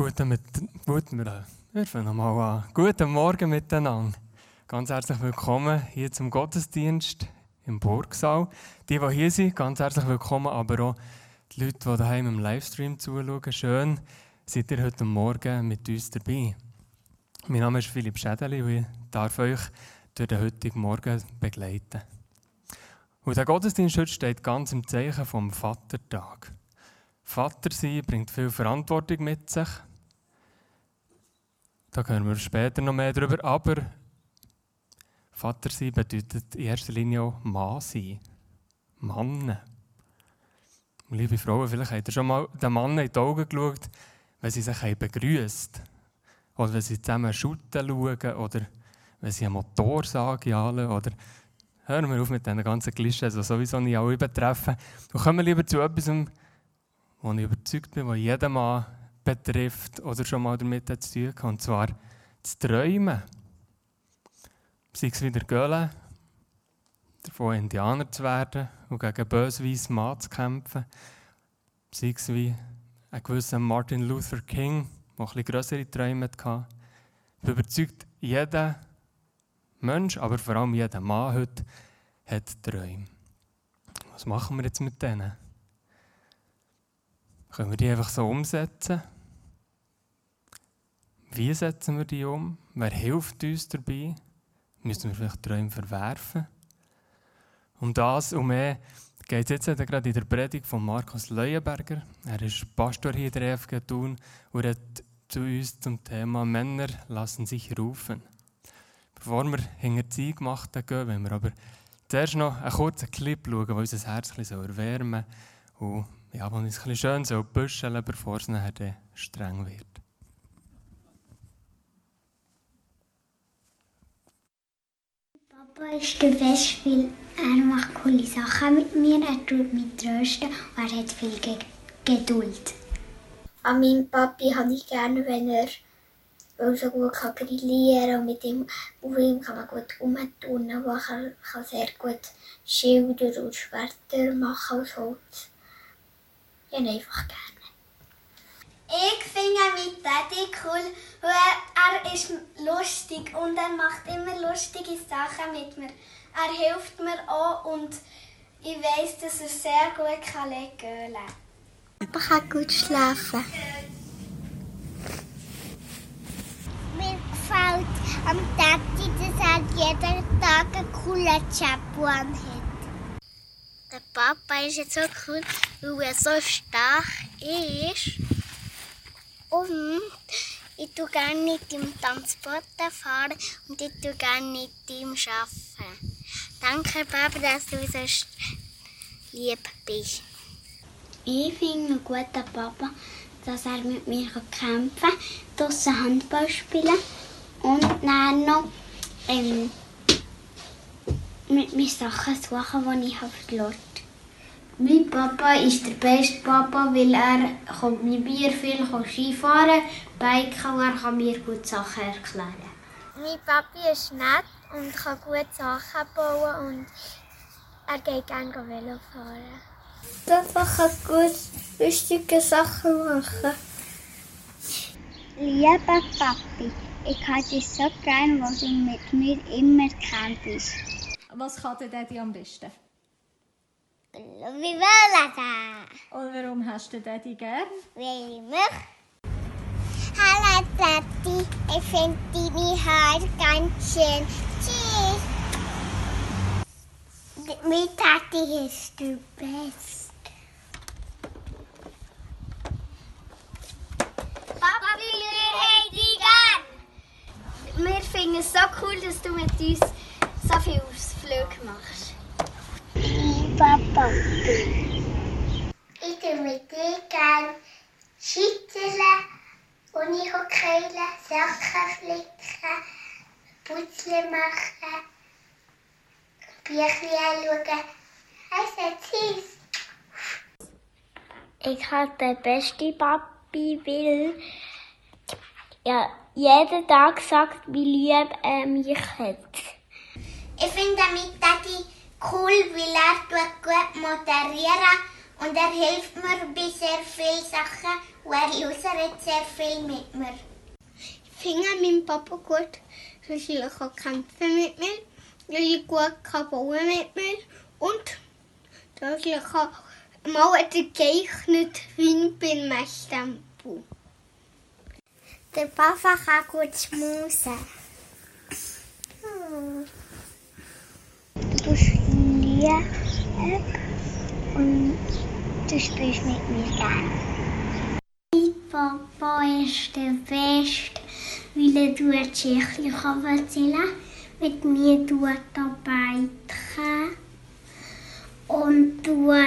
Guten Morgen miteinander. Ganz herzlich willkommen hier zum Gottesdienst im Burgsaal. Die hier sind, ganz herzlich willkommen, aber auch die Leute, die daheim im Livestream zuschauen. Schön, seid ihr heute Morgen mit uns dabei. Mein Name ist Philipp Schädeli und ich darf euch durch den heutigen Morgen begleiten. Und der Gottesdienst heute steht ganz im Zeichen vom Vatertag. Vater sein bringt viel Verantwortung mit sich. Da hören wir später noch mehr darüber. Aber Vater sein bedeutet in erster Linie auch Mann sein. Mann. Und liebe Frauen, vielleicht habt ihr schon mal den Mann in die Augen geschaut, wenn sie sich begrüßt. Oder wenn sie zusammen shooten schauen. Oder wenn sie einen Motorsage anlegen. Oder hören wir auf mit diesen ganzen Klischees, die sowieso nicht alle betreffen. Und kommen wir lieber zu etwas, wo ich überzeugt bin, was jeden Mann betrifft oder schon mal damit zu tun hat, und zwar zu träumen. Sei es wieder Gölle, davon Indianer zu werden und gegen bösweisen Mann zu kämpfen. Sei es wie ein gewisser Martin Luther King, der ein bisschen grössere Träume hatte. Ich bin überzeugt, jeder Mensch, aber vor allem jeder Mann heute, hat Träume. Was machen wir jetzt mit denen? Können wir die einfach so umsetzen? Wie setzen wir die um? Wer hilft uns dabei? Müssen wir vielleicht Träume verwerfen? Um das und mehr geht es jetzt gerade in der Predigt von Markus Leuenberger. Er ist Pastor hier in der EFG Thun und redet zu uns zum Thema «Männer lassen sich rufen». Bevor wir hinter die Eingemachten gehen, wollen wir aber zuerst noch einen kurzen Clip schauen, der unser Herz ein bisschen erwärmen soll. Und ja, wo uns ein bisschen schön büscheln soll, bevor es nachher streng wird. Papa ist der Beste, weil er macht coole Sachen mit mir, er tut mich trösten und er hat viel Geduld. An meinem Papi habe ich gerne, wenn er so gut grillieren kann. Und mit ihm kann man gut umturnen. Er kann sehr gut Schilder und Schwerter machen aus Holz. Ich habe einfach gerne. Ich finde meinen Daddy cool, weil er ist lustig und er macht immer lustige Sachen mit mir. Er hilft mir auch und ich weiss, dass er sehr gut legen kann. Papa kann gut schlafen. Mir gefällt am Daddy, dass er jeden Tag einen coolen Chapeau hat. Der Papa ist jetzt so cool, weil er so stark ist. Und ich tue gerne mit ihm Transport fahren und ich tue gerne mit ihm arbeiten. Danke, Papa, dass du so lieb bist. Ich finde einen guten Papa, dass er mit mir kämpfen kann, draussen Handball spielen und dann noch mit mir Sachen suchen, die ich verloren. Mein Papa ist der beste Papa, weil er kommt mit mir viel Skifahren, biken und er kann mir gut Sachen erklären. Mein Papi ist nett und kann gut Sachen bauen und er geht gerne Velo fahren. Papa kann gut lustige Sachen machen. Lieber Papi, ich habe dich so gern, weil du mit mir immer gern bist. Was kann der Daddy am besten? Wie wollen Und warum hast du den Daddy gern? Weil ich mich. Hallo Daddy, ich finde deine Haare ganz schön. Tschüss. Mein Daddy ist der Beste. Papi, wir haben dich gern. Wir finden es so cool, dass du mit uns so viele Ausflüge machst. Lieber Papi. Ich tue mit dir gerne schütteln, Unihockeylen, Sachen flicken, Putzle machen, Bücher anschauen. Es ist süß. Ich habe den besten Papi, weil er jeden Tag sagt, wie lieb er mich hat. Ich finde meinen Daddy cool, weil er gut moderieren und er hilft mir bei sehr vielen Sachen Und er lauert sehr viel mit mir. Ich finde meinen Papa gut, sonst will er kämpfen mit mir, weil ich gut bauen mit mir und dass ich mal gezeichnet wie beim Messstempel. Der Papa kann gut schmusen. Du schläfst und du spielst mit mir gerne. Mein Papa ist der Beste, weil er Geschichten erzählen kann, mit mir arbeiten und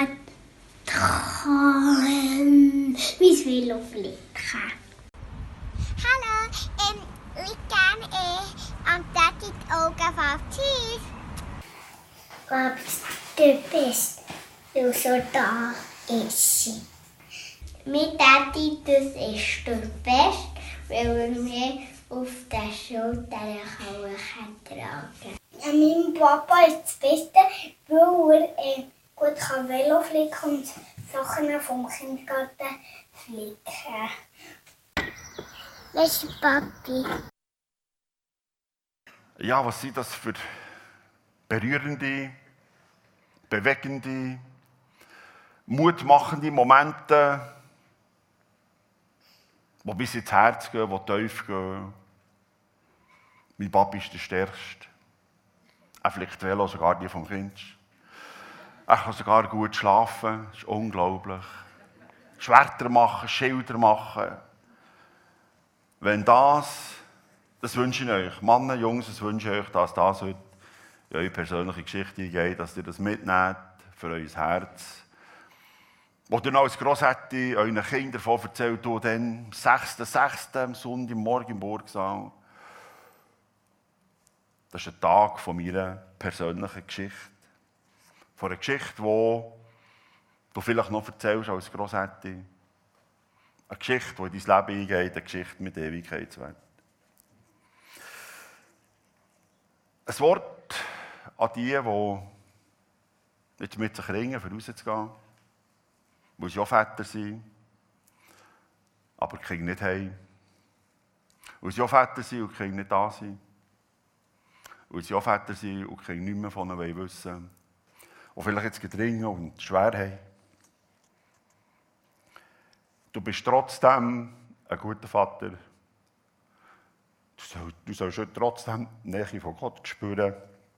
kann mein Velo flicken. Hallo, ich kann am Tag die Augen auf Tschüss. Gott, du bist du so da ist. Mein Tati, das ist der Beste, weil er mir auf der Schulter tragen kann. Mein Papa ist das Beste, weil er gut Velo fliegen kann und Sachen vom Kindergarten fliegen. Welche Papi? Ja, was sind das für berührende, bewegende, mutmachende Momente, die bis ins Herz gehen, die tief gehen. Mein Papi ist der Stärkste. Er fliegt Velo, sogar die vom Kind. Er kann sogar gut schlafen, das ist unglaublich. Schwerter machen, Schilder machen. Wenn das wünsche ich euch, Männer, Jungs, das wünsche ich euch, dass das heute in eure persönliche Geschichte eingeht, dass ihr das mitnehmt für euer Herz. Wo ihr noch als Grosshätte euren Kindern davon erzählt, du dann am 6.6. am Sonntagmorgen im Burgsaal. Das ist ein Tag von meiner persönlichen Geschichte. Von einer Geschichte, die du vielleicht noch erzählst als Grosshätte. Eine Geschichte, die in dein Leben eingeht, eine Geschichte mit Ewigkeitswert. Ein Wort an die jetzt mit sich ringen, für rauszugehen. Weil sie auch Väter sind, aber die Kinder nicht haben. Weil sie auch Väter sind und die Kinder nicht da sind. Weil sie auch Väter sind und die Kinder nicht mehr von ihnen wissen wollen. Und vielleicht jetzt gedringen und schwer haben. Du bist trotzdem ein guter Vater. Du sollst trotzdem die Nähe von Gott spüren.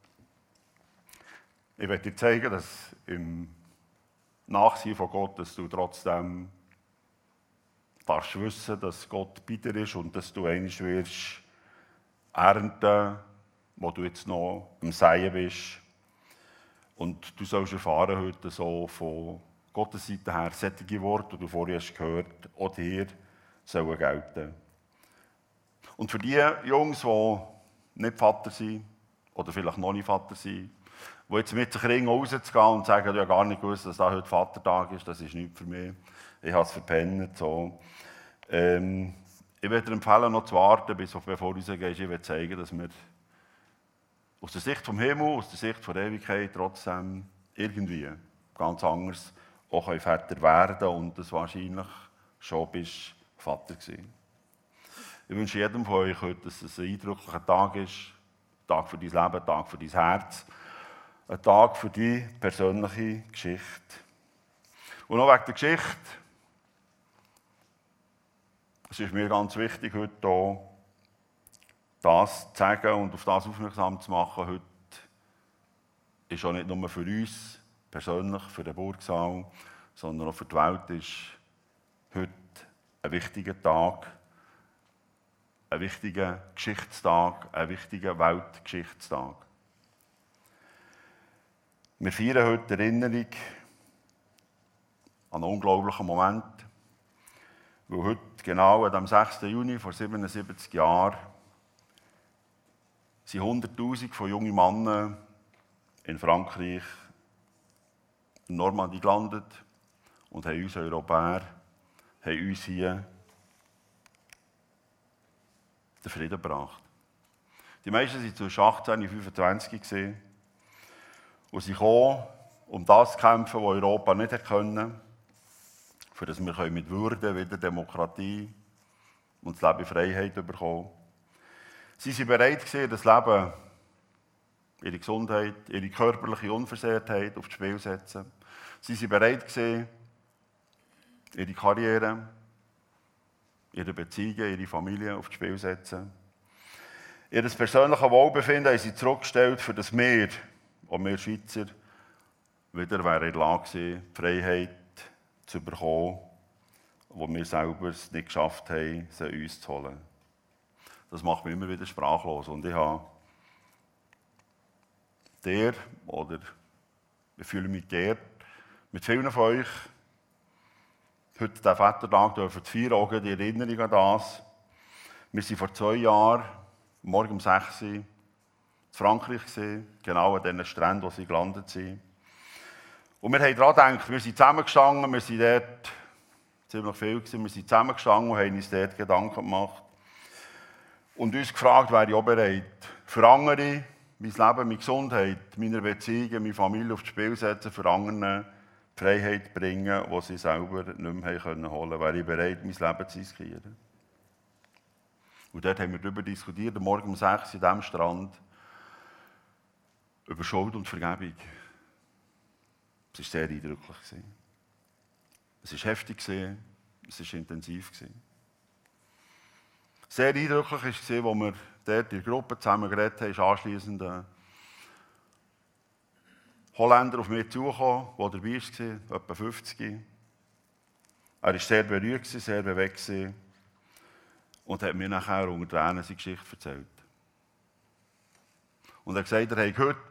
Ich werde dir zeigen, dass im Nachsehen von Gott, dass du trotzdem darfst wissen, dass Gott bei dir ist und dass du einmal wirst ernten, wo du jetzt noch am Säen bist. Und du sollst erfahren heute so von Gottes Seite her, solche Worte, die du vorher hast gehört, auch dir sollen gelten. Und für die Jungs, die nicht Vater sind, oder vielleicht noch nicht Vater sind, die jetzt mit sich ringen, rauszugehen und sagen, ich habe gar nicht gewusst, dass da heute Vatertag ist, das ist nichts für mich. Ich habe es verpennt. So. Ich würde dir empfehlen, noch zu warten, bevor du rausgehst. Ich will zeigen, dass wir aus der Sicht vom Himmel, aus der Sicht der Ewigkeit trotzdem irgendwie ganz anders auch Väter werden und das wahrscheinlich schon bist Vater gewesen. Ich wünsche jedem von euch heute, dass es ein eindrücklicher Tag ist. Ein Tag für dein Leben, ein Tag für dein Herz. Ein Tag für die persönliche Geschichte. Und noch wegen der Geschichte. Es ist mir ganz wichtig, heute hier das zu sagen und auf das aufmerksam zu machen. Heute ist auch nicht nur für uns persönlich, für den Burgsaal, sondern auch für die Welt ist heute ein wichtiger Tag. Ein wichtiger Geschichtstag, ein wichtiger Weltgeschichtstag. Wir feiern heute die Erinnerung an einen unglaublichen Moment, weil heute genau am 6. Juni vor 77 Jahren sind 100'000 von jungen Männern in Frankreich, in Normandie gelandet und haben uns Europäer, haben uns hier den Frieden gebracht. Die meisten waren zwischen 18 und 25 und sie kamen, um das zu kämpfen, was Europa nicht konnte. für das wir mit Würde wieder Demokratie und das Leben in Freiheit bekommen. Sie waren bereit, das Leben, ihre Gesundheit, ihre körperliche Unversehrtheit aufs Spiel zu setzen. Sie waren bereit, ihre Karriere, ihre Beziehungen, ihre Familie aufs Spiel zu setzen. Ihr persönliches Wohlbefinden haben sie zurückgestellt, für das wir, auch wir Schweizer, wieder in der Lage waren, die Freiheit zu bekommen, wo wir selber es nicht geschafft haben, sie uns zu holen. Das macht mich immer wieder sprachlos. Und ich habe dir, oder ich fühle mich geehrt, mit vielen von euch heute den Vatertag zu feiern, auch die Erinnerung an das. Wir waren vor 2 Jahren, morgen um 6 Uhr, in Frankreich, genau an den Stränden, wo sie gelandet sind. Und wir haben daran gedacht, wir sind zusammengestanden, wir sind dort ziemlich viel gewesen, wir sind zusammengestanden und haben uns dort Gedanken gemacht. Und uns gefragt, wäre ich auch bereit, für andere, mein Leben, meine Gesundheit, meine Beziehungen, meine Familie aufs Spiel setzen, für andere die Freiheit bringen, die sie selber nicht mehr holen konnten. Wäre ich bereit, mein Leben zu riskieren? Und dort haben wir darüber diskutiert, am Morgen um 6 Uhr an diesem Strand, über Schuld und Vergebung. Es war sehr eindrücklich. Es war heftig, es war intensiv. Sehr eindrücklich war es, als wir dort in der Gruppe zusammen geredet haben, ist anschliessend ein Holländer auf mich zugekommen, der dabei war, etwa 50. Er war sehr berührt, sehr bewegt und hat mir nachher unter Tränen seine Geschichte erzählt. Und er hat gesagt, er hat heute,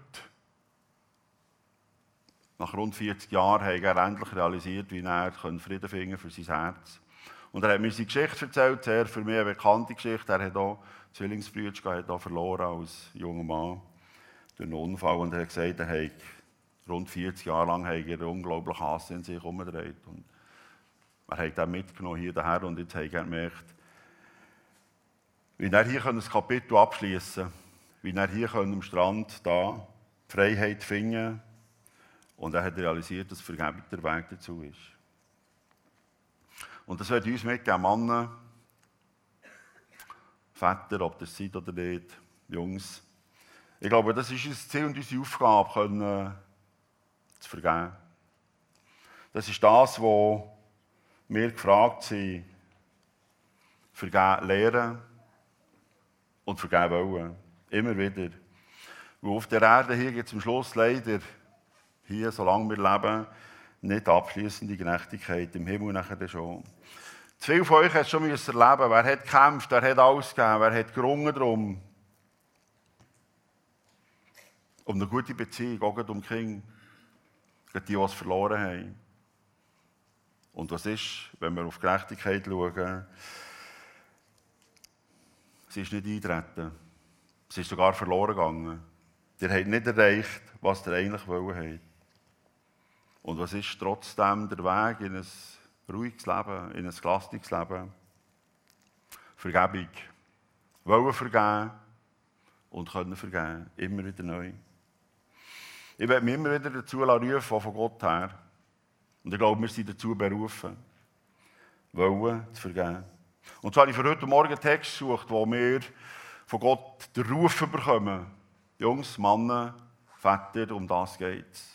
nach rund 40 Jahren, hat er endlich realisiert, wie er Frieden finden für sein Herz. Und er hat mir seine Geschichte erzählt, sehr für mich eine bekannte Geschichte. Er hat auch Zwillingsbrüder verloren als junger Mann durch einen Unfall. Und er hat gesagt, er hat rund 40 Jahre lang einen unglaublichen Hass in sich herumgedreht. Und er hat den mitgenommen hier daher und jetzt hat er gemerkt, wie er hier ein Kapitel abschließen kann, wie er hier am Strand da Freiheit finden kann. Und er hat realisiert, dass Vergebung der Weg dazu ist. Und das wird uns mitgeben, Männer, Väter, ob das seid oder nicht, Jungs. Ich glaube, das ist unser Ziel und unsere Aufgabe, zu vergeben. Das ist das, wo wir gefragt sind, vergeben lernen und vergeben wollen. Immer wieder. Weil auf der Erde hier gibt es am Schluss leider, hier, solange wir leben, nicht abschließende Gerechtigkeit, im Himmel nachher schon. Zu viele von euch hat es schon erleben. Wer hat gekämpft, wer hat alles gegeben, wer hat gerungen darum. Um eine gute Beziehung, auch um die Kinder, die es verloren haben. Und was ist, wenn wir auf Gerechtigkeit schauen? Sie ist nicht eingetreten. Sie ist sogar verloren gegangen. Ihr habt nicht erreicht, was ihr eigentlich wollt. Und was ist trotzdem der Weg in ein ruhiges Leben, in ein gelastenes Leben? Vergebung. Wollen vergeben und können vergeben. Immer wieder neu. Ich werde mich immer wieder dazu rufen, von Gott her. Und ich glaube, wir sind dazu berufen, wollen zu vergeben. Und zwar habe ich für heute Morgen einen Text gesucht, wo wir von Gott den Ruf bekommen. Jungs, Männer, Väter, um das geht es.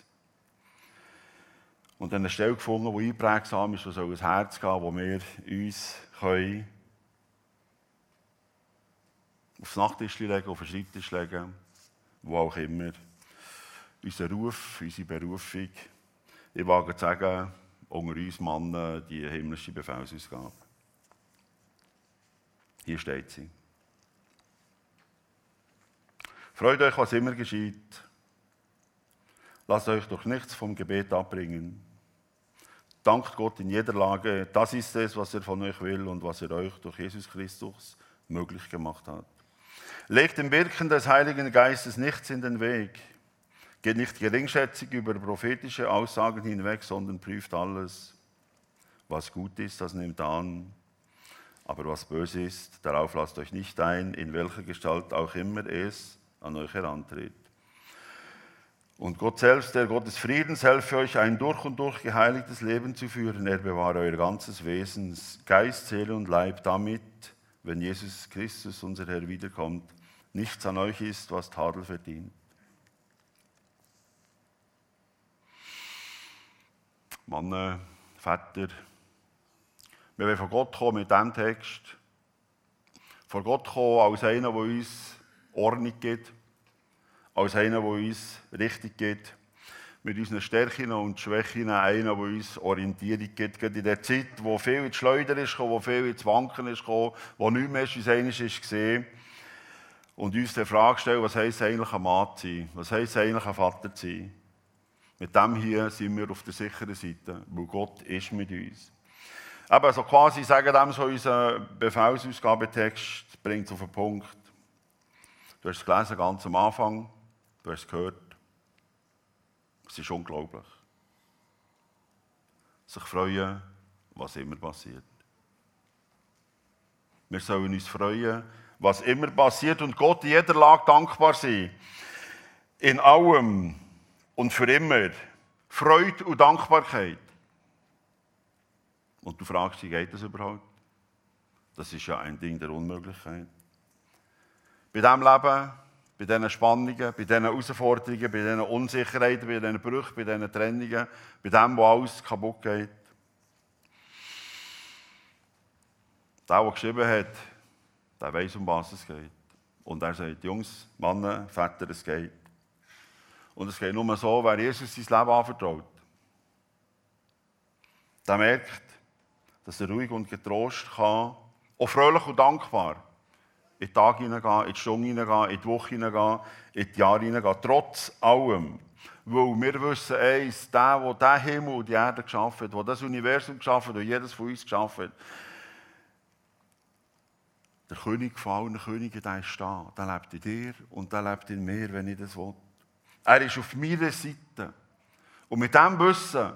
Und eine Stelle gefunden, die einprägsam ist, wo soll ins Herz gehen, wo wir uns können aufs Nachttisch legen, auf den Schreibtisch legen, wo auch immer. Unser Ruf, unsere Berufung, ich wage zu sagen, unter uns Männern die himmlische Befehlsausgabe. Hier steht sie. Freut euch, was immer geschieht. Lasst euch durch nichts vom Gebet abbringen. Dankt Gott in jeder Lage. Das ist es, was er von euch will und was er euch durch Jesus Christus möglich gemacht hat. Legt dem Wirken des Heiligen Geistes nichts in den Weg. Geht nicht geringschätzig über prophetische Aussagen hinweg, sondern prüft alles. Was gut ist, das nehmt an. Aber was böse ist, darauf lasst euch nicht ein, in welcher Gestalt auch immer es an euch herantritt. Und Gott selbst, der Gott des Friedens, helfe euch, ein durch und durch geheiligtes Leben zu führen. Er bewahre euer ganzes Wesen, Geist, Seele und Leib, damit, wenn Jesus Christus, unser Herr, wiederkommt, nichts an euch ist, was Tadel verdient. Männer, Väter, wir wollen von Gott kommen mit diesem Text. Von Gott kommen als einer, der uns Ordnung gibt, als einer, der uns Richtung gibt, mit unseren Stärken und Schwächen, einer, der uns Orientierung gibt. Gerade in der Zeit, wo viel in die Schleuder ist gekommen, wo viel ins Wanken ist gekommen, wo nichts mehr uns einmal ist gesehen. Und uns die Frage stellen, was heisst eigentlich ein Mann zu sein? Was heisst eigentlich ein Vater zu sein? Mit dem hier sind wir auf der sicheren Seite, weil Gott ist mit uns. Aber also quasi sagen dem so unser Befehlsausgabetext bringt es auf den Punkt. Du hast es gelesen ganz am Anfang, du hast es gehört. Es ist unglaublich. Sich freuen, was immer passiert. Wir sollen uns freuen, was immer passiert und Gott in jeder Lage dankbar sein. In allem und für immer. Freude und Dankbarkeit. Und du fragst dich, geht das überhaupt? Das ist ja ein Ding der Unmöglichkeit. Bei diesem Leben, bei diesen Spannungen, bei diesen Herausforderungen, bei diesen Unsicherheiten, bei diesen Brüchen, bei diesen Trennungen, bei dem, wo alles kaputt geht. Der geschrieben hat, der weiss, um was es geht. Und er sagt, Jungs, Männer, Väter, es geht. Und es geht nur so, wer Jesus sein Leben anvertraut. Der merkt, dass er ruhig und getrost kann, auch fröhlich und dankbar, in den Tag hineingehen, in die Stunde hineingehen, in die Woche hineingehen, in die Jahre hineingehen, trotz allem. Weil wir wissen eins, der den Himmel und die Erde geschaffen hat, der das Universum geschaffen hat, der jedes von uns geschaffen hat, der König von allen Königen, der ist da. Der lebt in dir und der lebt in mir, wenn ich das will. Er ist auf meiner Seite. Und mit diesem Wissen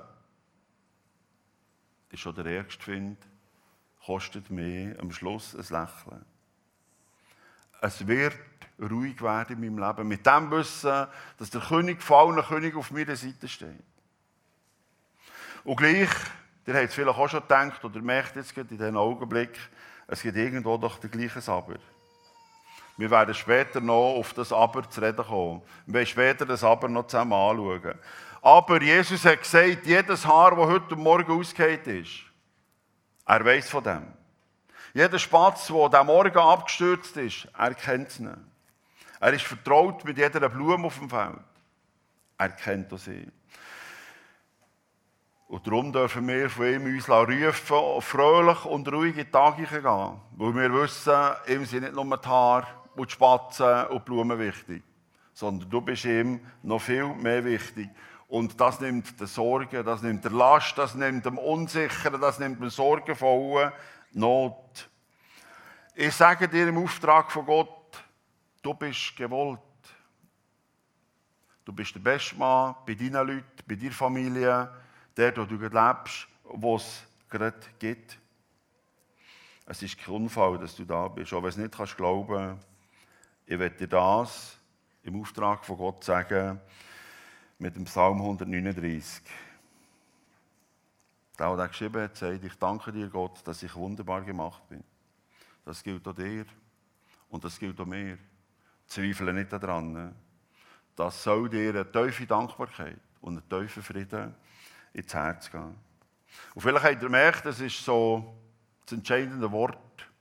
ist schon der Ärgste Find, kostet mehr am Schluss ein Lächeln. Es wird ruhig werden in meinem Leben. Mit dem Wissen, dass der König von allen Königen auf meiner Seite steht. Und gleich, ihr habt es vielleicht auch schon gedacht, oder merkt jetzt in diesem Augenblick, es gibt irgendwo doch der gleiche Aber. Wir werden später noch auf das Aber zu reden kommen. Wir werden später das Aber noch zusammen anschauen. Aber Jesus hat gesagt, jedes Haar, das heute Morgen ausgeht ist, er weiss von dem. Jeder Spatz, der diesen Morgen abgestürzt ist, er kennt es nicht. Er ist vertraut mit jeder Blume auf dem Feld. Er kennt auch sie. Und darum dürfen wir von ihm uns rufen, fröhlich und ruhig in die Tage gehen. Weil wir wissen, ihm sind nicht nur die Haare und die Spatzen und die Blumen wichtig, sondern du bist ihm noch viel mehr wichtig. Und das nimmt der Sorge, das nimmt der Last, das nimmt dem Unsicheren, das nimmt dem Sorgenvollen Not. Ich sage dir im Auftrag von Gott, du bist gewollt. Du bist der beste Mann bei deinen Leuten, bei deiner Familie, der, wo du lebst, wo es gerade gibt. Es ist kein Unfall, dass du da bist. Auch wenn du es nicht kannst glauben, ich werde dir das im Auftrag von Gott sagen, mit dem Psalm 139. Der geschrieben hat, sagt, ich danke dir, Gott, dass ich wunderbar gemacht bin. Das gilt auch dir und das gilt auch mir. Zweifle nicht daran. Das soll dir eine tiefe Dankbarkeit und einen tiefen Frieden ins Herz gehen. Und vielleicht habt ihr gemerkt, das ist so das entscheidende Wort.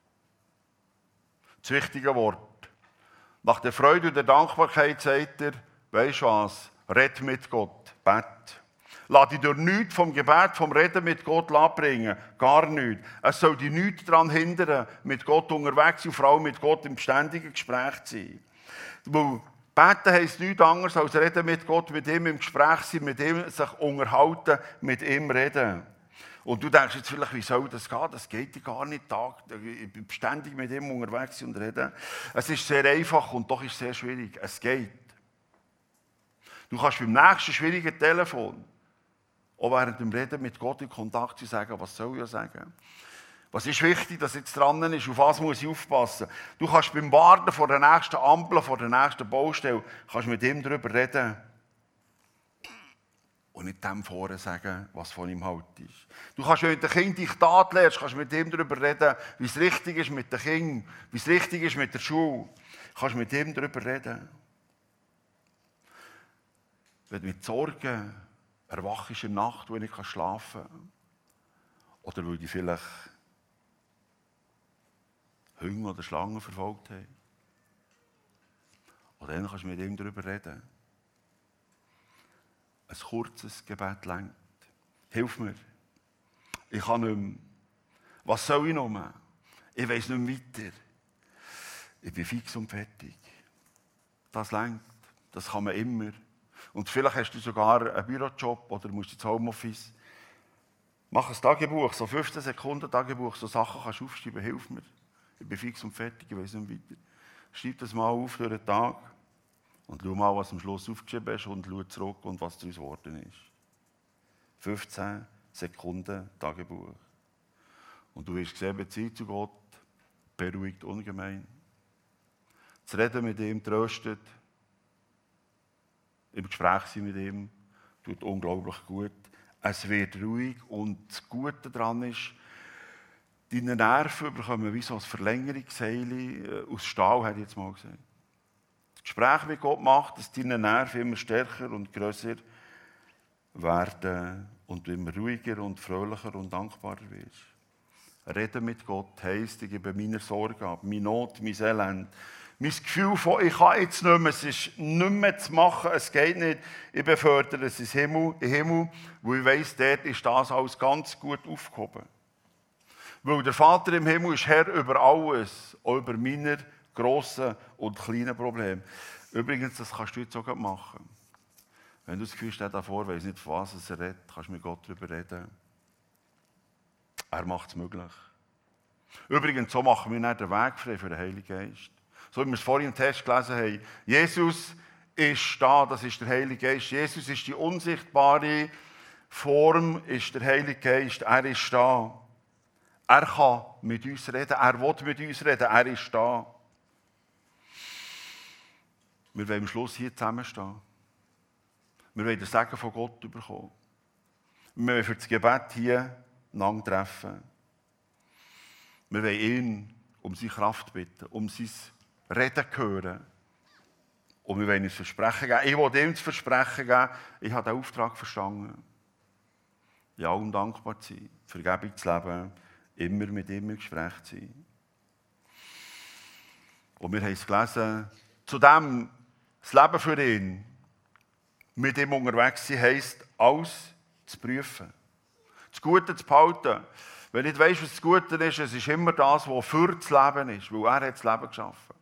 Das wichtige Wort. Nach der Freude und der Dankbarkeit sagt er, weisst du was, red mit Gott, bet. Lass dich durch nichts vom Gebet, vom Reden mit Gott abbringen. Gar nichts. Es soll dich nichts daran hindern, mit Gott unterwegs zu sein, vor allem mit Gott im ständigen Gespräch zu sein. Weil beten heisst nichts anderes als reden mit Gott, mit ihm im Gespräch sein, mit ihm sich unterhalten, mit ihm reden. Und du denkst jetzt vielleicht, wie soll das gehen? Das geht ja gar nicht. Ich bin ständig mit ihm unterwegs und reden. Es ist sehr einfach und doch ist es sehr schwierig. Es geht. Du kannst beim nächsten schwierigen Telefon, auch während dem Reden mit Gott in Kontakt zu sagen, was soll ich sagen? Was ist wichtig, dass jetzt dran ist, auf was muss ich aufpassen? Du kannst beim Warten vor der nächsten Ampel, vor der nächsten Baustelle, kannst mit ihm darüber reden. und nicht dem vorher sagen, was von ihm halt ist. Du kannst, wenn du ein Kind Diktat lernst, kannst mit ihm darüber reden, wie es richtig ist mit den Kindern, wie es richtig ist mit der Schule. Du kannst mit ihm darüber reden. Wenn du mit Sorgen erwachst in der Nacht, wo du nicht schlafen kannst, oder weil dich vielleicht Hunde oder Schlangen verfolgt haben. Und dann kannst du mit ihm darüber reden. Ein kurzes Gebet reicht. Hilf mir. Ich kann nicht mehr. Was soll ich noch mehr? Ich weiss nicht mehr weiter. Ich bin fix und fertig. Das reicht. Das kann man immer. Und vielleicht hast du sogar einen Bürojob oder musst ins Homeoffice. Mach ein Tagebuch, so 15 Sekunden Tagebuch, so Sachen kannst du aufschreiben. Hilf mir. Ich bin fix und fertig, ich weiss nicht mehr weiter. Schreib das mal auf durch den Tag und schau mal, was am Schluss aufgeschrieben hast und schau zurück und was daraus geworden ist. 15 Sekunden Tagebuch. Und du wirst sehen, Beziehung zu Gott beruhigt ungemein. Das Reden mit ihm tröstet, im Gespräch sein mit ihm tut unglaublich gut. Es wird ruhig und das Gute daran ist, deine Nerven bekommen wie so ein Verlängerungsseil aus Stahl, hätte ich jetzt mal gesagt. Das Gespräch mit Gott macht, dass deine Nerven immer stärker und grösser werden und du immer ruhiger und fröhlicher und dankbarer wirst. Reden mit Gott heisst, ich gebe meine Sorgen ab, meine Not, mein Elend, mein Gefühl von, ich kann jetzt nicht mehr, es ist nicht mehr zu machen, es geht nicht, ich befördere es in den Himmel, weil ich weiss, dort ist das alles ganz gut aufgehoben. Weil der Vater im Himmel ist Herr über alles, auch über meine grossen und kleinen Probleme. Übrigens, das kannst du jetzt auch machen. Wenn du das Gefühl hast, davor weiss nicht, von was er redet, kannst du mit Gott darüber reden. Er macht es möglich. Übrigens, so machen wir nicht den Weg frei für den Heiligen Geist. So wie wir es vorhin im Text gelesen haben. Jesus ist da, das ist der Heilige Geist. Jesus ist die unsichtbare Form, ist der Heilige Geist. Er ist da. Er kann mit uns reden, er will mit uns reden, er ist da. Wir wollen am Schluss hier zusammenstehen. Wir wollen den Segen von Gott bekommen. Wir wollen für das Gebet hier einander treffen. Wir wollen ihn um seine Kraft bitten, um sein Reden hören. Und wir wollen ihm ein Versprechen geben. Ich will ihm das Versprechen geben, ich habe den Auftrag verstanden. Ja, um dankbar zu sein, Vergebung zu leben, immer mit ihm im Gespräch zu sein. Und wir haben es gelesen, zudem das Leben für ihn, mit ihm unterwegs sein, heisst, alles zu prüfen. Das Gute zu behalten. Wenn du nicht weisst, was das Gute ist, es ist immer das, was für das Leben ist, weil er hat das Leben geschaffen.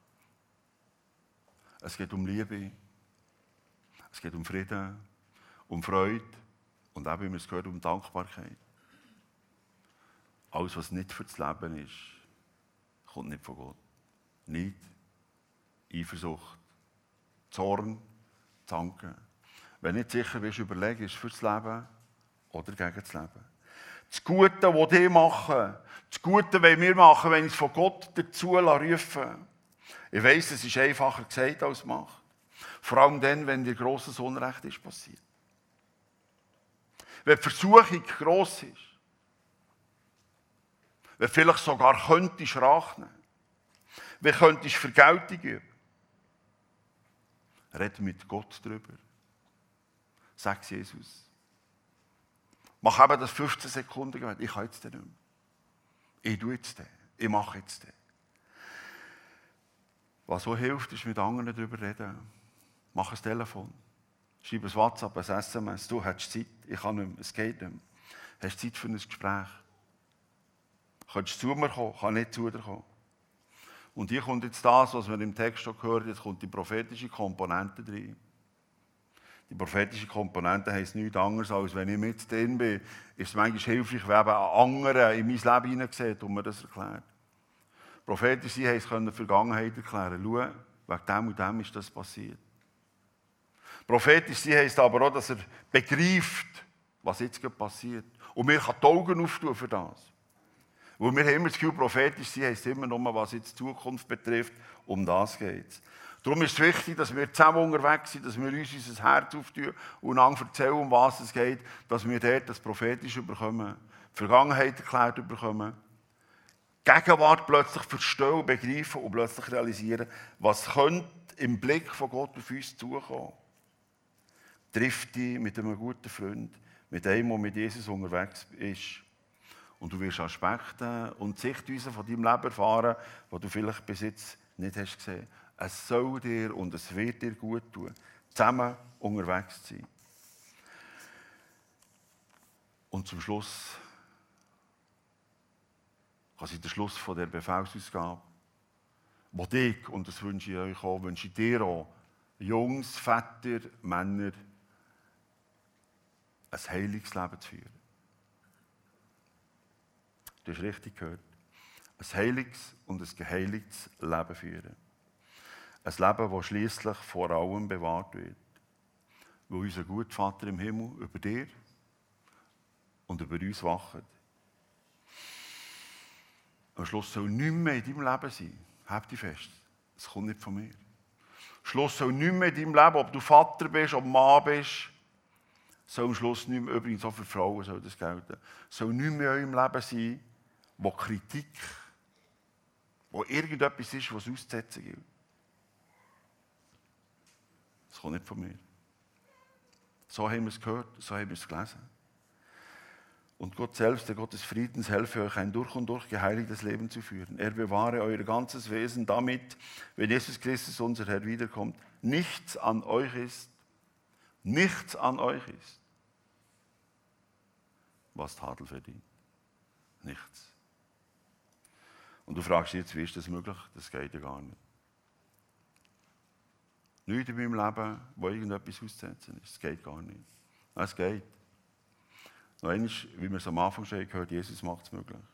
Es geht um Liebe, es geht um Frieden, um Freude und auch, wie wir es gehört, um Dankbarkeit. Alles, was nicht für das Leben ist, kommt nicht von Gott. Neid, Eifersucht, Zorn, Zanken. Wenn du nicht sicher bist, überlege, ist es für das Leben oder gegen das Leben. Das Gute, das die machen, das Gute wollen wir machen, wenn ich es von Gott dazu rufen. Ich weiss, es ist einfacher gesagt als gemacht. Vor allem dann, wenn dir grosses Unrecht ist passiert. Wenn die Versuchung gross ist. Wenn vielleicht sogar könntest Rache nehmen. Wenn könntest Vergeltung üben. Rede mit Gott darüber. Sag es Jesus. Mach eben das 15 Sekunden Gebet. Ich kann jetzt nicht mehr. Ich tue jetzt den. Ich mache jetzt den. Was so hilft, ist mit anderen darüber reden. Mach ein Telefon. Schreib ein WhatsApp, ein SMS. Du hast Zeit. Ich kann nicht mehr. Es geht nicht mehr. Hast Zeit für ein Gespräch. Kannst du zu mir kommen, kann nicht zu dir kommen. Und hier kommt jetzt das, was wir im Text schon gehört haben, jetzt kommt die prophetische Komponente rein. Die prophetische Komponente heisst nichts anderes, als wenn ich mit drin bin, ist es manchmal hilfreich, wenn eben ein anderer in mein Leben hineinsieht und mir das erklärt. Prophetisch sein heisst, die Vergangenheit erklären. Schau, wegen dem und dem ist das passiert. Prophetisch sein heisst aber auch, dass er begreift, was jetzt gerade passiert. Und mir kann die Augen auftun für das. Weil wir haben immer das Gefühl, prophetisch sein heisst immer nur, was jetzt die Zukunft betrifft, um das geht es. Darum ist es wichtig, dass wir zusammen unterwegs sind, dass wir uns unser Herz auftun und einander erzählen, um was es geht, dass wir dort das Prophetische bekommen, die Vergangenheit erklärt bekommen, Gegenwart plötzlich verstehen und begreifen und plötzlich realisieren, was könnte im Blick von Gott auf uns zukommen. Triff dich mit einem guten Freund, mit einem, der mit Jesus unterwegs ist. Und du wirst Aspekte und Sichtweisen von deinem Leben erfahren, die du vielleicht bis jetzt nicht hast gesehen. Es soll dir und es wird dir gut tun, zusammen unterwegs zu sein. Und zum Schluss, quasi der Schluss von der Befehlsausgabe, wo dich, und das wünsche ich euch auch, wünsche ich dir auch, Jungs, Väter, Männer, ein heiliges Leben zu führen. Du hast richtig gehört. Ein heiliges und ein geheiligtes Leben führen. Ein Leben, das schliesslich vor allem bewahrt wird. Weil unser guter Vater im Himmel über dir und über uns wacht. Am Schluss soll nichts mehr in deinem Leben sein. Halt dich fest. Es kommt nicht von mir. Am Schluss soll nichts mehr in deinem Leben, ob du Vater bist, ob Mann bist, soll am Schluss nicht mehr, übrigens auch für Frauen soll das gelten, soll nichts mehr in eurem Leben sein, wo Kritik, wo irgendetwas ist, was auszusetzen gilt. Das kommt nicht von mir. So haben wir es gehört, so haben wir es gelesen. Und Gott selbst, der Gott des Friedens, helfe euch, ein durch und durch geheiligtes Leben zu führen. Er bewahre euer ganzes Wesen, damit, wenn Jesus Christus, unser Herr, wiederkommt, nichts an euch ist, was Tadel verdient. Nichts. Und du fragst dich jetzt, wie ist das möglich? Das geht ja gar nicht. Nichts in meinem Leben, wo irgendetwas auszusetzen ist. Das geht gar nicht. Nein, es geht. Noch einmal, wie wir es am Anfang schon gehört haben, Jesus macht es möglich.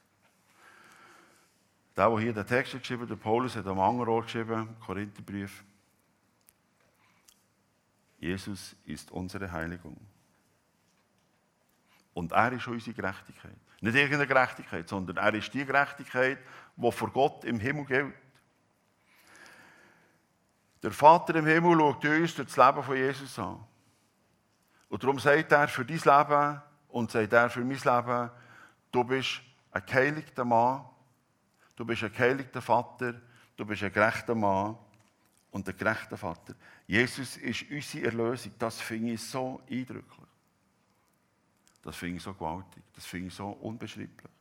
Der hier den Text geschrieben hat, der Paulus hat am anderen Ort geschrieben, Korintherbrief. Jesus ist unsere Heiligung. Und er ist unsere Gerechtigkeit. Nicht irgendeine Gerechtigkeit, sondern er ist die Gerechtigkeit, die vor Gott im Himmel gilt. Der Vater im Himmel schaut uns durch das Leben von Jesus an. Und darum sagt er für dein Leben und sagt er für mein Leben, du bist ein geheiligter Mann, du bist ein geheiligter Vater, du bist ein gerechter Mann und ein gerechter Vater. Jesus ist unsere Erlösung. Das finde ich so eindrücklich. Das finde ich so gewaltig. Das finde ich so unbeschreiblich.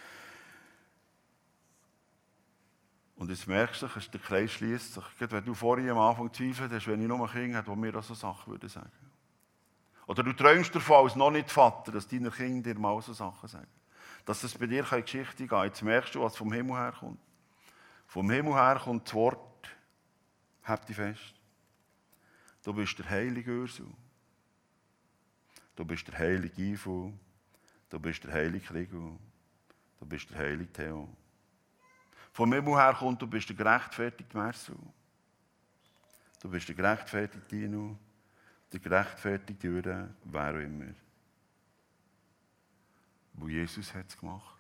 Und jetzt merkst du, der Kreis schließt sich. Gerade wenn du vorhin am Anfang zweifelt hast, wenn ich nur ein Kind hätte, das mir so Sachen würde sagen. Oder du träumst davon als noch nicht Vater, dass deine Kinder dir mal so Sachen sagen. Dass das bei dir keine Geschichte geht. Jetzt merkst du, was vom Himmel her kommt. Vom Himmel her kommt das Wort. Halt dich fest. Du bist der heilige Ursel. Du bist der heilige Ivo. Du bist der heilige Krigo. Du bist der heilige Theo. Vom Himmel her kommt, du bist der gerechtfertigte Marcel. Du bist der gerechtfertigte Dino. Der gerechtfertigte Jürgen, wer auch immer. Wo Jesus hat es gemacht.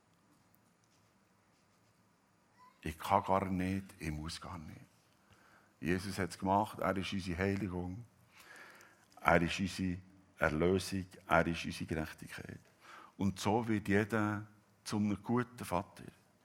Ich kann gar nicht, ich muss gar nicht. Jesus hat es gemacht, er ist unsere Heiligung. Er ist unsere Erlösung, er ist unsere Gerechtigkeit. Und so wird jeder zu einem guten Vater.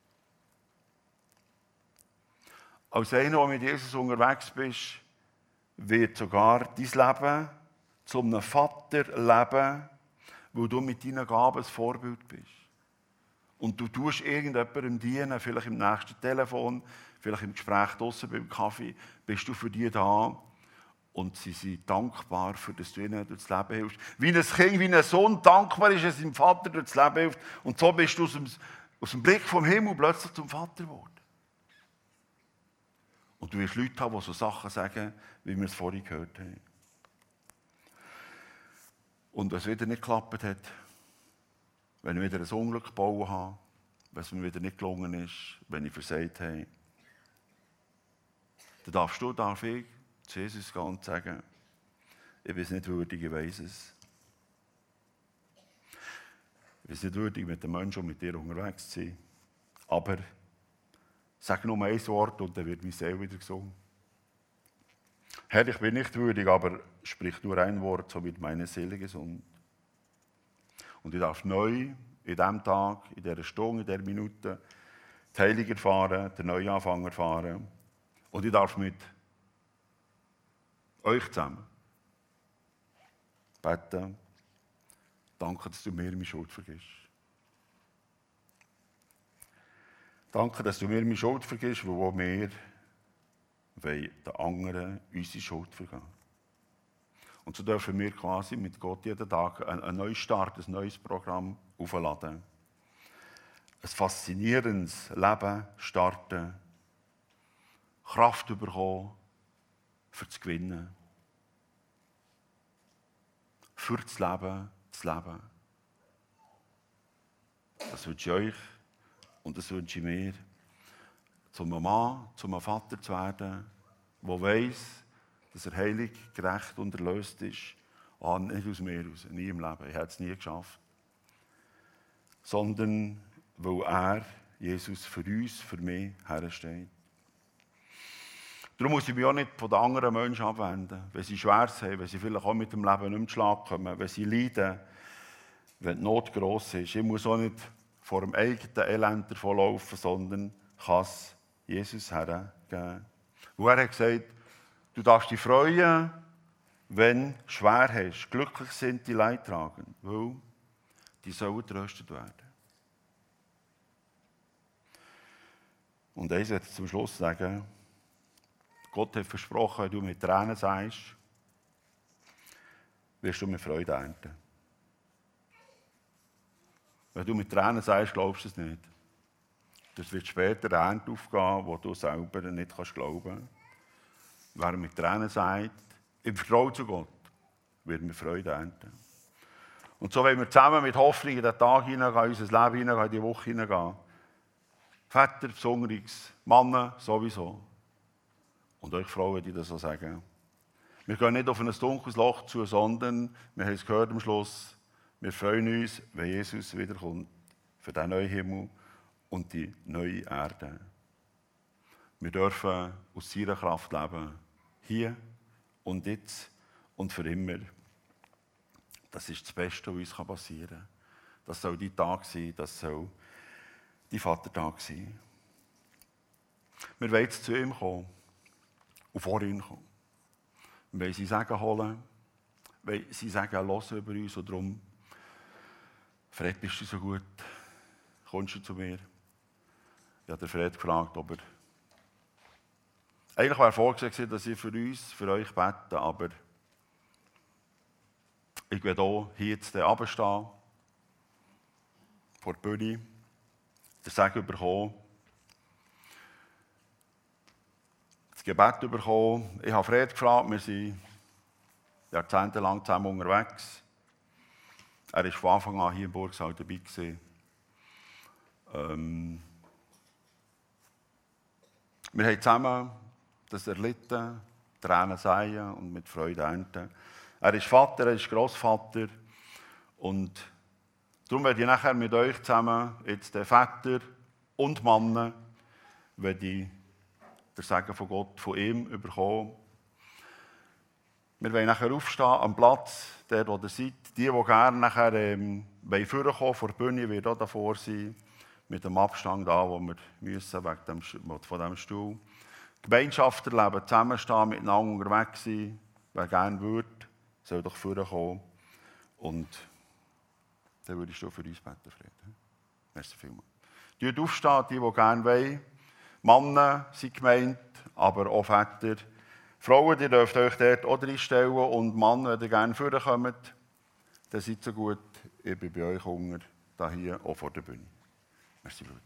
Als einer, der mit Jesus unterwegs bist, wird sogar dein Leben zu einem Vaterleben, weil du mit deinen Gaben ein Vorbild bist. Und du tust irgendjemandem dienen, vielleicht im nächsten Telefon, vielleicht im Gespräch draussen beim Kaffee, bist du für die da und sie sind dankbar, für dass du ihnen durchs Leben hilfst. Wie ein Kind, wie ein Sohn dankbar ist, dass seinem Vater durchs Leben hilft. Und so bist du aus dem Blick vom Himmel plötzlich zum Vater geworden. Und du wirst Leute haben, die so Sachen sagen, wie wir es vorhin gehört haben. Und wenn es wieder nicht geklappt hat, wenn ich wieder ein Unglück gebaut habe, wenn es mir wieder nicht gelungen ist, wenn ich versagt habe, dann darf ich zu Jesus gehen und sagen, ich bin es nicht würdig, ich weiss es. Ich bin es nicht würdig, mit den Menschen und mit dir unterwegs zu sein. Aber sag nur ein Wort und dann wird meine Seele wieder gesungen. Herr, ich bin nicht würdig, aber sprich nur ein Wort, so wird meine Seele gesund. Und ich darf neu in diesem Tag, in dieser Stunde, in dieser Minute die Heilung erfahren, den Neuanfang erfahren. Und ich darf mit euch zusammen beten, danke, dass du mir meine Schuld vergisst. Danke, dass du mir meine Schuld vergisst, wo wir den anderen unsere Schuld vergeben. Und so dürfen wir quasi mit Gott jeden Tag einen Neustart, ein neues Programm aufladen. Ein faszinierendes Leben starten, Kraft bekommen, für das Gewinnen. Für das Leben, das Leben. Das wünsche ich euch und das wünsche ich mir, zum Mann, zum Vater zu werden, der weiss, dass er heilig, gerecht und erlöst ist. Nicht aus mir raus, nie im Leben. Ich hätte es nie geschafft. Sondern weil er, Jesus, für uns, für mich hersteht. Darum muss ich mich auch nicht von den anderen Menschen abwenden, wenn sie Schweres haben, wenn sie vielleicht auch mit dem Leben nicht mehr zu Schlag kommen, wenn sie leiden, wenn die Not gross ist. Ich muss auch nicht vor dem eigenen Elend davonlaufen, sondern kann es Jesus hergeben. Und er hat gesagt, du darfst dich freuen, wenn du schwer hast. Glücklich sind die Leidtragenden, weil die sollen getröstet werden. Und eins möchte ich zum Schluss sagen, Gott hat versprochen, wenn du mit Tränen sagst, wirst du mit Freude ernten. Wenn du mit Tränen sagst, glaubst du es nicht. Das wird später eine Ernte aufgehen, wo du selber nicht glauben kannst. Wer mit Tränen sagt, im Vertrauen zu Gott, wird mit Freude ernten. Und so wollen wir zusammen mit Hoffnung in den Tag hineingehen, in unser Leben hineingehen, in die Woche hineingehen. Väter, besonderes, Männer sowieso. Und euch Frauen, die das so sagen. Wir gehen nicht auf ein dunkles Loch zu, sondern, wir haben es gehört am Schluss, wir freuen uns, wenn Jesus wiederkommt, für den neuen Himmel und die neue Erde. Wir dürfen aus seiner Kraft leben, hier und jetzt und für immer. Das ist das Beste, was uns passieren kann. Das soll dein Tag sein, das soll dein Vatertag sein. Wir wollen jetzt zu ihm kommen und vor ihn kommen. Wir wollen sein Segen holen, wir wollen sein Segen hören über uns und darum, Fred, bist du so gut? Kommst du zu mir? Ich habe Fred gefragt, ob er... Eigentlich wäre vorgesehen, dass ich für uns, für euch bete, aber ich werde hier jetzt runterstehen, vor der Bühne, den Segen bekommen, das Gebet bekommen. Ich habe Fred gefragt, wir sind jahrzehntelang zusammen unterwegs. Er war von Anfang an hier in Burgsaal dabei gewesen. Wir haben zusammen das erlitten, Tränen säen und mit Freude ernten. Er ist Vater, er ist Grossvater und darum werde ich nachher mit euch zusammen, jetzt den Väter und Männer, werde ich den Segen von Gott, von ihm bekommen. Wir wollen nachher aufstehen am Platz, der, wo ihr seid. Die gerne nachher vorkommen vor der Bühne, wird auch davor sein, mit dem Abstand da, wo wir müssen, wegen von diesem Stuhl. Gemeinschaft erleben, zusammenstehen, miteinander unterwegs sein. Wer gerne würde, soll doch vorkommen. Und dann würdest du für uns beten, Fred. Merci vielmals. Die aufstehen, die gerne wollen. Männer sind gemeint, aber auch Väter. Frauen, ihr dürft euch dort auch reinstellen und Männer, wenn ihr gerne vorkommt, dann seid so gut, ich bin bei euch unter, hier auch vor der Bühne. Merci, Bruder.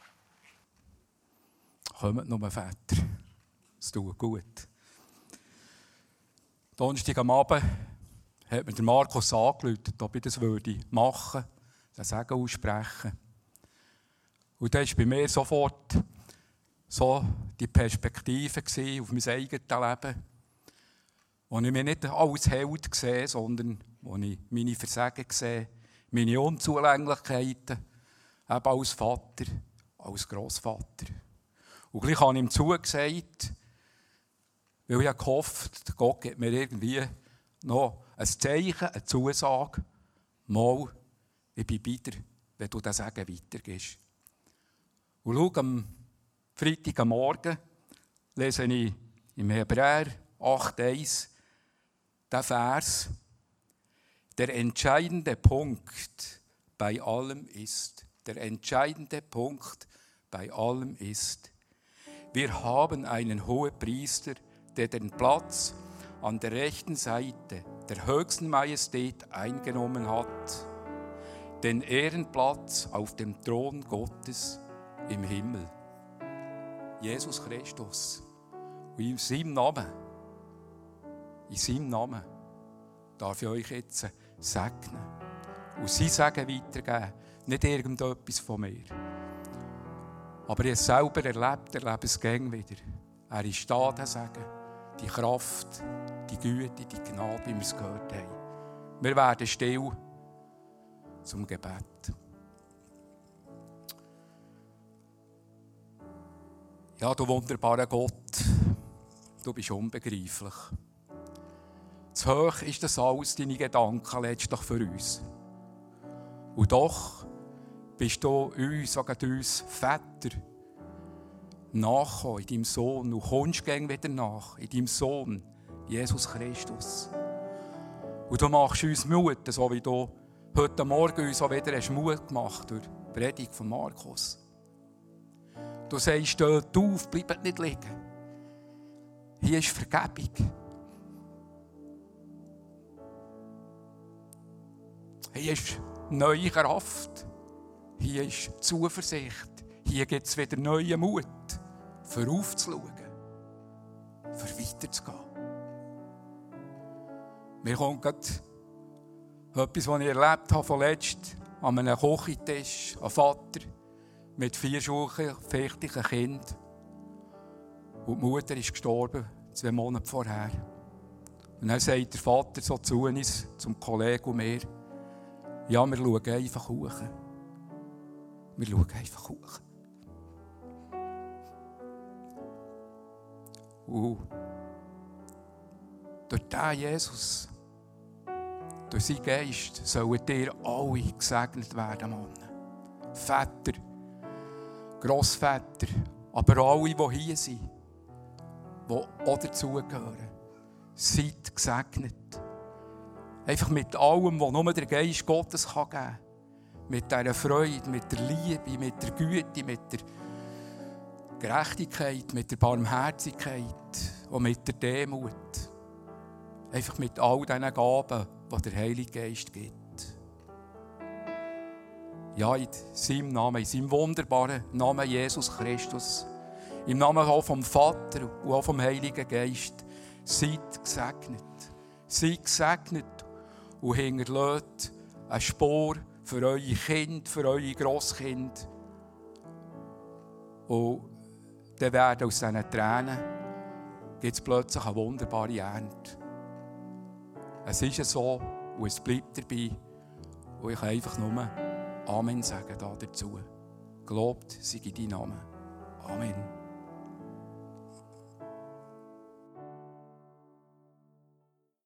Kommt nur Väter, es tut gut. Donnerstag am Abend hat mir der Markus angerufen, ob ich das machen würde, den Segen aussprechen. Und dann war bei mir sofort so die Perspektive auf mein eigenes Leben, wo ich mich nicht als Held sehe, sondern wo ich meine Versagen sehe, meine Unzulänglichkeiten, eben als Vater, als Grossvater. Und gleich habe ich ihm zugesagt, Weil ich gehofft, Gott gibt mir irgendwie noch ein Zeichen, eine Zusage. Mal, ich bin bei dir, wenn du das Sagen weitergehst. Und schau, am Freitagmorgen lese ich im Hebräer 8,1 den Vers: Der entscheidende Punkt bei allem ist, wir haben einen Hohepriester, der den Platz an der rechten Seite der höchsten Majestät eingenommen hat, den Ehrenplatz auf dem Thron Gottes im Himmel. Jesus Christus. Und in seinem Namen darf ich euch jetzt segnen und sein Segen weitergeben. Nicht irgendetwas von mir. Aber ich habe es selber erlebe es gern wieder. Er ist da, der Segen, die Kraft, die Güte, die Gnade, wie wir es gehört haben. Wir werden still zum Gebet. Ja, du wunderbarer Gott, du bist unbegreiflich. Zu hoch ist das alles, deine Gedanken letztlich für uns. Und doch bist du uns, sogar uns Väter, nachgekommen in deinem Sohn und kommst gern wieder nach, in deinem Sohn, Jesus Christus. Und du machst uns Mut, so wie du heute Morgen uns auch wieder hast Mut gemacht durch die Predigt von Markus. Du sagst, steht auf, bleibt nicht liegen. Hier ist Vergebung. Hier ist neue Kraft. Hier ist Zuversicht. Hier gibt es wieder neuen Mut, für aufzuschauen, für weiterzugehen. Mir kommt gerade etwas, was ich erlebt habe vorletzt, an einem Kochentisch, ein Vater mit 4 schulpflichtigen Kindern. Und die Mutter ist gestorben, 2 Monate vorher. Und dann sagt der Vater so zu uns, zum Kollegen und mir: Ja, wir schauen einfach hoch. Wir schauen einfach hoch. Durch diesen Jesus, durch seinen Geist, sollen dir alle gesegnet werden, Mann. Väter, Grossväter, aber alle, die hier sind, die auch dazugehören, seid gesegnet. Einfach mit allem, was nur der Geist Gottes geben kann. Mit dieser Freude, mit der Liebe, mit der Güte, mit der Gerechtigkeit, mit der Barmherzigkeit und mit der Demut. Einfach mit all diesen Gaben, die der Heilige Geist gibt. Ja, in seinem Namen, in seinem wunderbaren Namen Jesus Christus, im Namen auch vom Vater und auch vom Heiligen Geist, seid gesegnet. Seid gesegnet und hinterlasst eine Spur für eure Kinder, für eure Grosskinder. Und dann werden aus diesen Tränen gibt es plötzlich eine wunderbare Ernte. Es ist so und es bleibt dabei. Und ich kann einfach nur Amen sagen dazu. Gelobt sei dein Name. Amen.